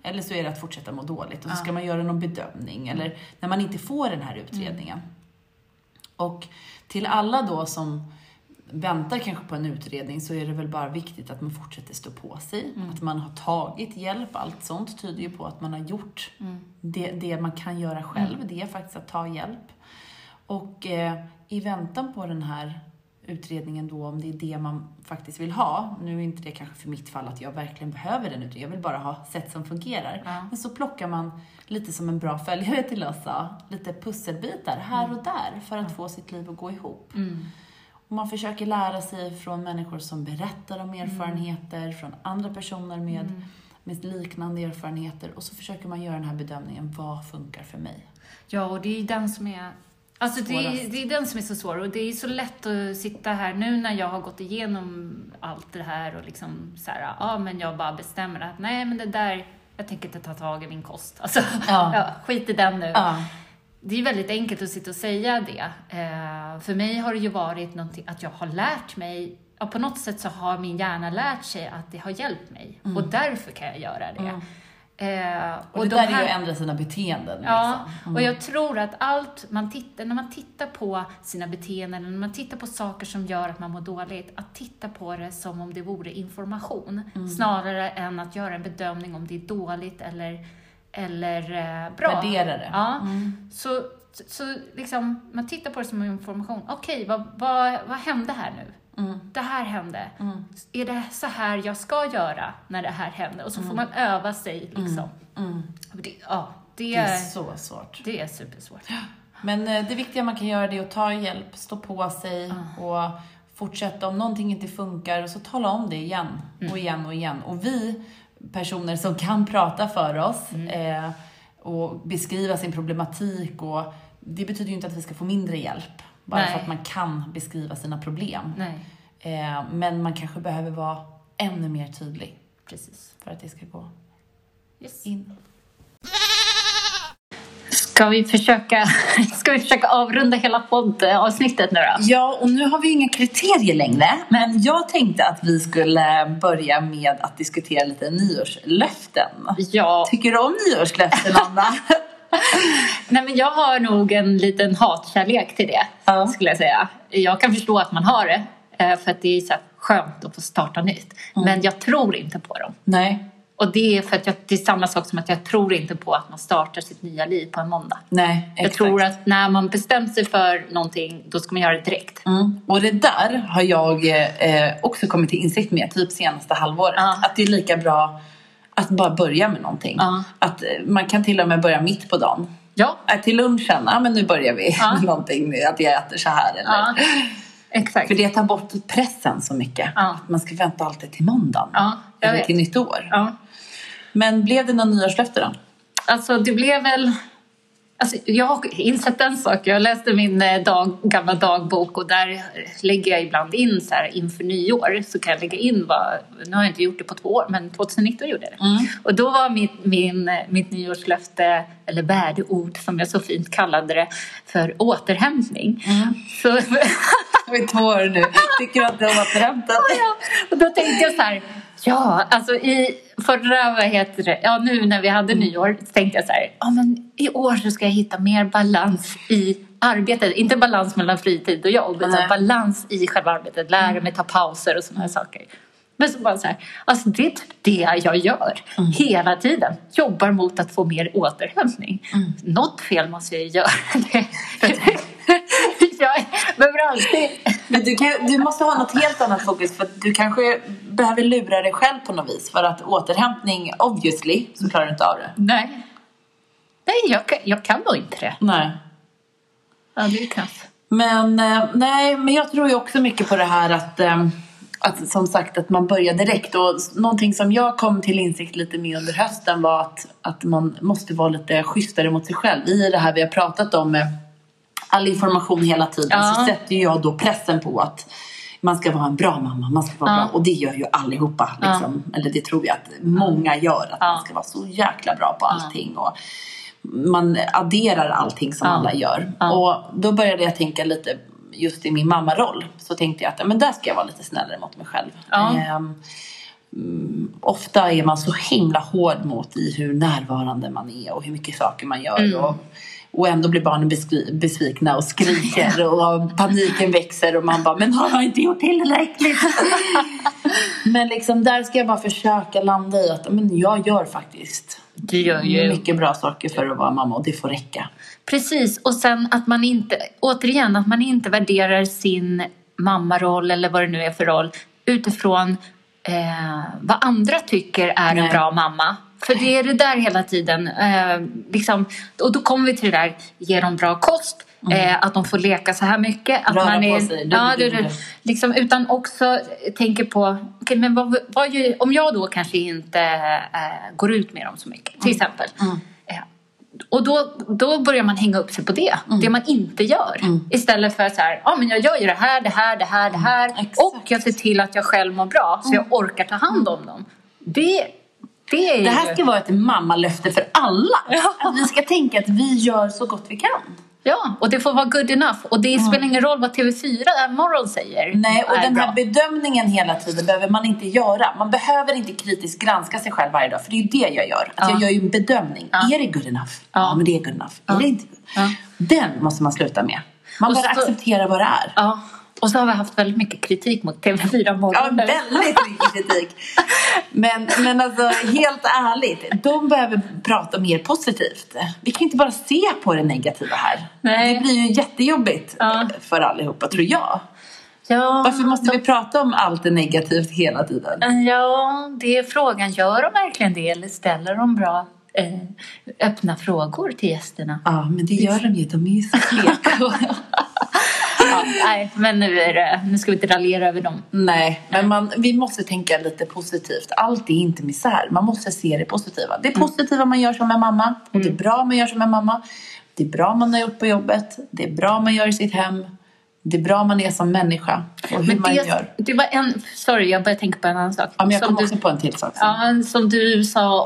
Speaker 1: Eller så är det att fortsätta må dåligt. Och så ska man göra någon bedömning. Eller när man inte får den här utredningen. Och till alla då som väntar kanske på en utredning, så är det väl bara viktigt att man fortsätter stå på sig. Att man har tagit hjälp. Allt sånt tyder ju på att man har gjort det man kan göra själv. Det är faktiskt att ta hjälp. Och i väntan på den här utredningen då, om det är det man faktiskt vill ha. Nu är inte det kanske för mitt fall att jag verkligen behöver den utredningen. Jag vill bara ha sätt som fungerar. Men så plockar man lite som en bra följare till oss. Lite pusselbitar här och där för att få sitt liv att gå ihop. Och man försöker lära sig från människor som berättar om erfarenheter. Från andra personer med liknande erfarenheter. Och så försöker man göra den här bedömningen. Vad funkar för mig?
Speaker 2: Ja, och det är den som är... Alltså det är den som är så svår, och det är så lätt att sitta här nu när jag har gått igenom allt det här och liksom så här, men jag bara bestämmer att nej, men det där, jag tänker inte ta tag i min kost. Alltså, skit i den nu. Det är väldigt enkelt att sitta och säga det. För mig har det ju varit någonting att jag har lärt mig, och på något sätt så har min hjärna lärt sig att det har hjälpt mig. Och därför kan jag göra det.
Speaker 1: Och det där är ju att ändra sina beteenden.
Speaker 2: Ja, och jag tror att när man tittar på sina beteenden, när man tittar på saker som gör att man mår dåligt, att titta på det som om det vore information, snarare än att göra en bedömning om det är dåligt eller bra.
Speaker 1: Värdera det.
Speaker 2: Ja, så liksom, man tittar på det som information. Okej, vad hände här nu? Det här hände. Är det så här jag ska göra när det här händer? Och så får man öva sig liksom. Det är
Speaker 1: så svårt.
Speaker 2: Det är supersvårt.
Speaker 1: Men det viktiga man kan göra, det är att ta hjälp, stå på sig och fortsätta. Om någonting inte funkar, så tala om det igen och igen och igen. Och vi personer som kan prata för oss och beskriva sin problematik, och det betyder ju inte att vi ska få mindre hjälp. Bara för att man kan beskriva sina problem. Men man kanske behöver vara ännu mer tydlig.
Speaker 2: Precis.
Speaker 1: För att det ska gå in.
Speaker 2: Ska vi försöka avrunda hela poddavsnittet nu då?
Speaker 1: Ja, och nu har vi inga kriterier längre. Men jag tänkte att vi skulle börja med att diskutera lite nyårslöften.
Speaker 2: Ja.
Speaker 1: Tycker du om nyårslöften, Anna?
Speaker 2: Nej, men jag har nog en liten hatkärlek till det, skulle jag säga. Jag kan förstå att man har det, för att det är så skönt att få starta nytt. Men jag tror inte på dem.
Speaker 1: Nej.
Speaker 2: Och det är för att det är samma sak som att jag tror inte på att man startar sitt nya liv på en måndag.
Speaker 1: Nej, exakt.
Speaker 2: Jag tror att när man bestämt sig för någonting, då ska man göra det direkt.
Speaker 1: Och det där har jag också kommit till insikt med typ senaste halvåret. Att det är lika bra att bara börja med någonting. Att man kan till och med börja mitt på dagen.
Speaker 2: Ja.
Speaker 1: Till lunchen, men nu börjar vi med någonting. Att jag äter så här. Eller.
Speaker 2: Exakt.
Speaker 1: För det tar bort pressen så mycket. Att man ska vänta alltid till måndagen. Eller till nytt år. Men blev det någon nyårslöfte då?
Speaker 2: Alltså det blev väl... Alltså, jag har insett en sak. Jag läste min gamla dagbok, och där lägger jag ibland in så här, inför nyår så kan jag lägga in nu har jag inte gjort det på 2 år, men 2019 gjorde jag det. Och då var mitt nyårslöfte, eller värdeord som jag så fint kallade det, för återhämtning. Så
Speaker 1: jag är 2 år nu. Tycker du att det har återhämtat?
Speaker 2: Och då tänkte jag så här, alltså i förra, nu när vi hade nyår tänkte jag så här, men i år så ska jag hitta mer balans i arbetet. Inte balans mellan fritid och jobb, utan balans i själva arbetet. Lära mig ta pauser och sådana här saker. Men så bara så här, alltså det är typ det jag gör hela tiden. Jobbar mot att få mer återhämtning. Något fel måste jag göra. Jag behöver alltid...
Speaker 1: Men du måste ha något helt annat fokus, för att du kanske behöver lura dig själv på något vis. För att återhämtning, obviously, så klarar du inte av det.
Speaker 2: Nej, jag kan nog inte det.
Speaker 1: Nej.
Speaker 2: Ja, det är knappt.
Speaker 1: Men jag tror ju också mycket på det här att som sagt att man börjar direkt. Och någonting som jag kom till insikt lite med under hösten var att man måste vara lite schysstare mot sig själv. I det här vi har pratat om med all information hela tiden, så sätter jag då pressen på att man ska vara en bra mamma, man ska vara bra. Och det gör ju allihopa liksom. Eller det tror jag att många gör, att man ska vara så jäkla bra på allting. Och man adderar allting som alla gör. Och då började jag tänka lite just i min mammaroll. Så tänkte jag att men där ska jag vara lite snällare mot mig själv. ofta är man så himla hård mot i hur närvarande man är och hur mycket saker man gör. Och ändå blir barnen besvikna och skriker och paniken växer och man bara, men har jag inte gjort tillräckligt? Men liksom där ska jag bara försöka landa i att men jag gör faktiskt mycket bra saker för att vara mamma och det får räcka.
Speaker 2: Precis, och sen att man inte värderar sin mammaroll eller vad det nu är för roll utifrån vad andra tycker är en bra mamma. För det är det där hela tiden. Liksom, och då kommer vi till det där, ge dem bra kost, att de får leka så här mycket. Att
Speaker 1: röra
Speaker 2: man är,
Speaker 1: på sig.
Speaker 2: Liksom, utan också tänker på, okay, men om jag då kanske inte går ut med dem så mycket, till exempel. Och då börjar man hänga upp sig på det man inte gör. Istället för så här, men jag gör ju det här. Och jag ser till att jag själv mår bra, så jag orkar ta hand om dem. Det
Speaker 1: här ska vara ett mammalöfte för alla. Att vi ska tänka att vi gör så gott vi kan.
Speaker 2: Ja, och det får vara good enough. Och det spelar ingen roll vad TV4 Moral säger.
Speaker 1: Nej, och den här bedömningen hela tiden behöver man inte göra. Man behöver inte kritiskt granska sig själv varje dag. För det är ju det jag gör. Att jag gör ju en bedömning. Är det good enough? Ja, men det är good enough. Är det inte? Den måste man sluta med. Man bara accepterar vad det är.
Speaker 2: Ja. Och så har vi haft väldigt mycket kritik mot TV4 Morgon.
Speaker 1: Ja, väldigt mycket kritik. Men alltså, helt ärligt, de behöver prata mer positivt. Vi kan inte bara se på det negativa här. Nej. Det blir ju jättejobbigt för allihopa, tror jag. Ja, varför måste vi prata om allt det negativt hela tiden?
Speaker 2: Ja, det är frågan. Gör de verkligen det eller ställer de bra öppna frågor till gästerna?
Speaker 1: Ja, men det gör de ju. De är ju så kleka.
Speaker 2: Nej, men nu ska vi inte raljera över dem.
Speaker 1: Nej, men vi måste tänka lite positivt. Allt är inte misär. Man måste se det positiva. Det är positiva man gör som en mamma. Och det är bra man gör som en mamma. Det är bra man har gjort på jobbet. Det är bra man gör i sitt hem. Det är bra man är som människa. Och hur man gör. Det var
Speaker 2: jag började tänka på en annan sak.
Speaker 1: Ja, men jag kom också på en till sak.
Speaker 2: Som du sa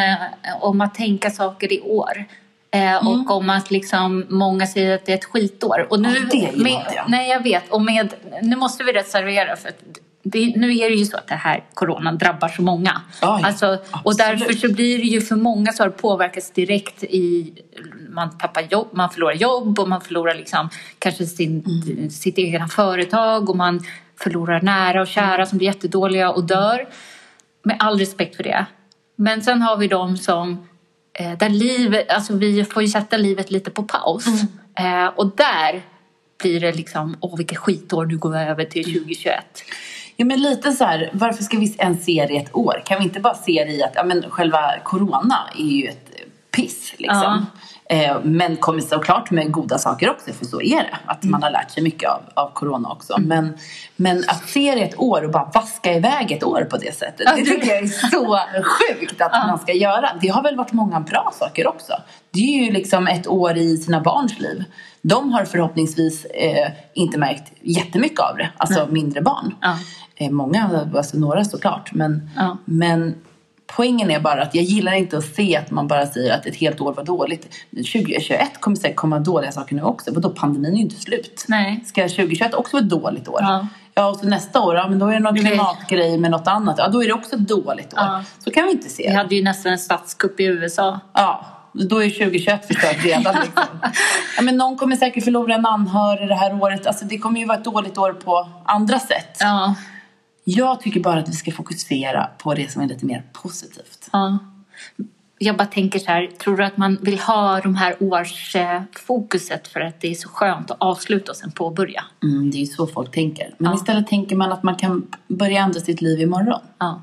Speaker 2: om att tänka saker i år. Och om att liksom många säger att det är ett skitår. Och nu, nej, jag vet. Och nu måste vi reservera för att nu är det ju så att det här coronan drabbar så många. Och därför så blir det ju för många så har det påverkats direkt i man tappar jobb, man förlorar jobb och man förlorar liksom kanske sitt egna företag och man förlorar nära och kära som blir jättedåliga och dör. Med all respekt för det. Men sen har vi de som där livet, alltså vi får ju sätta livet lite på paus. Och där blir det liksom, vilket skitår du går över till 2021.
Speaker 1: Ja, men lite så här, varför ska vi ens se det ett år? Kan vi inte bara se det i att själva corona är ju ett piss liksom. Men kommer såklart med goda saker också, för så är det. Att man har lärt sig mycket av corona också. Men att se det ett år och bara vaska iväg ett år på det sättet, det tycker jag är så sjukt att man ska göra. Det har väl varit många bra saker också. Det är ju liksom ett år i sina barns liv. De har förhoppningsvis inte märkt jättemycket av det. Alltså mindre barn. Många, alltså några såklart. Men poängen är bara att jag gillar inte att se att man bara säger att ett helt år var dåligt. 2021 kommer säkert komma dåliga saker nu också. Vadå, pandemin är ju inte slut.
Speaker 2: Nej.
Speaker 1: Ska 2021 också vara ett dåligt år? Ja, och så nästa år, men då är det någon klimatgrej med något annat. Ja, då är det också ett dåligt år. Så kan vi inte se.
Speaker 2: Vi hade ju nästan en statskupp i USA.
Speaker 1: Ja, då är 2021 förstört redan. Liksom. Ja, men någon kommer säkert förlora en anhörig det här året. Alltså det kommer ju vara ett dåligt år på andra sätt.
Speaker 2: Ja.
Speaker 1: Jag tycker bara att vi ska fokusera på det som är lite mer positivt.
Speaker 2: Ja. Jag bara tänker så här, tror du att man vill ha de här årsfokuset för att det är så skönt att avsluta och sen påbörja?
Speaker 1: Det är ju så folk tänker. Men istället tänker man att man kan börja ändra sitt liv imorgon.
Speaker 2: Ja.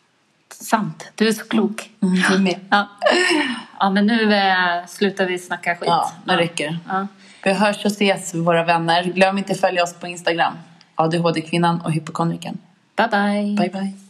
Speaker 2: Sant, du är så klok.
Speaker 1: Du med.
Speaker 2: Ja, men nu slutar vi snacka skit.
Speaker 1: Ja, det räcker. Vi hörs och ses, våra vänner. Glöm inte att följa oss på Instagram. ADHD-kvinnan och hypokondriken.
Speaker 2: Bye bye.
Speaker 1: Bye bye.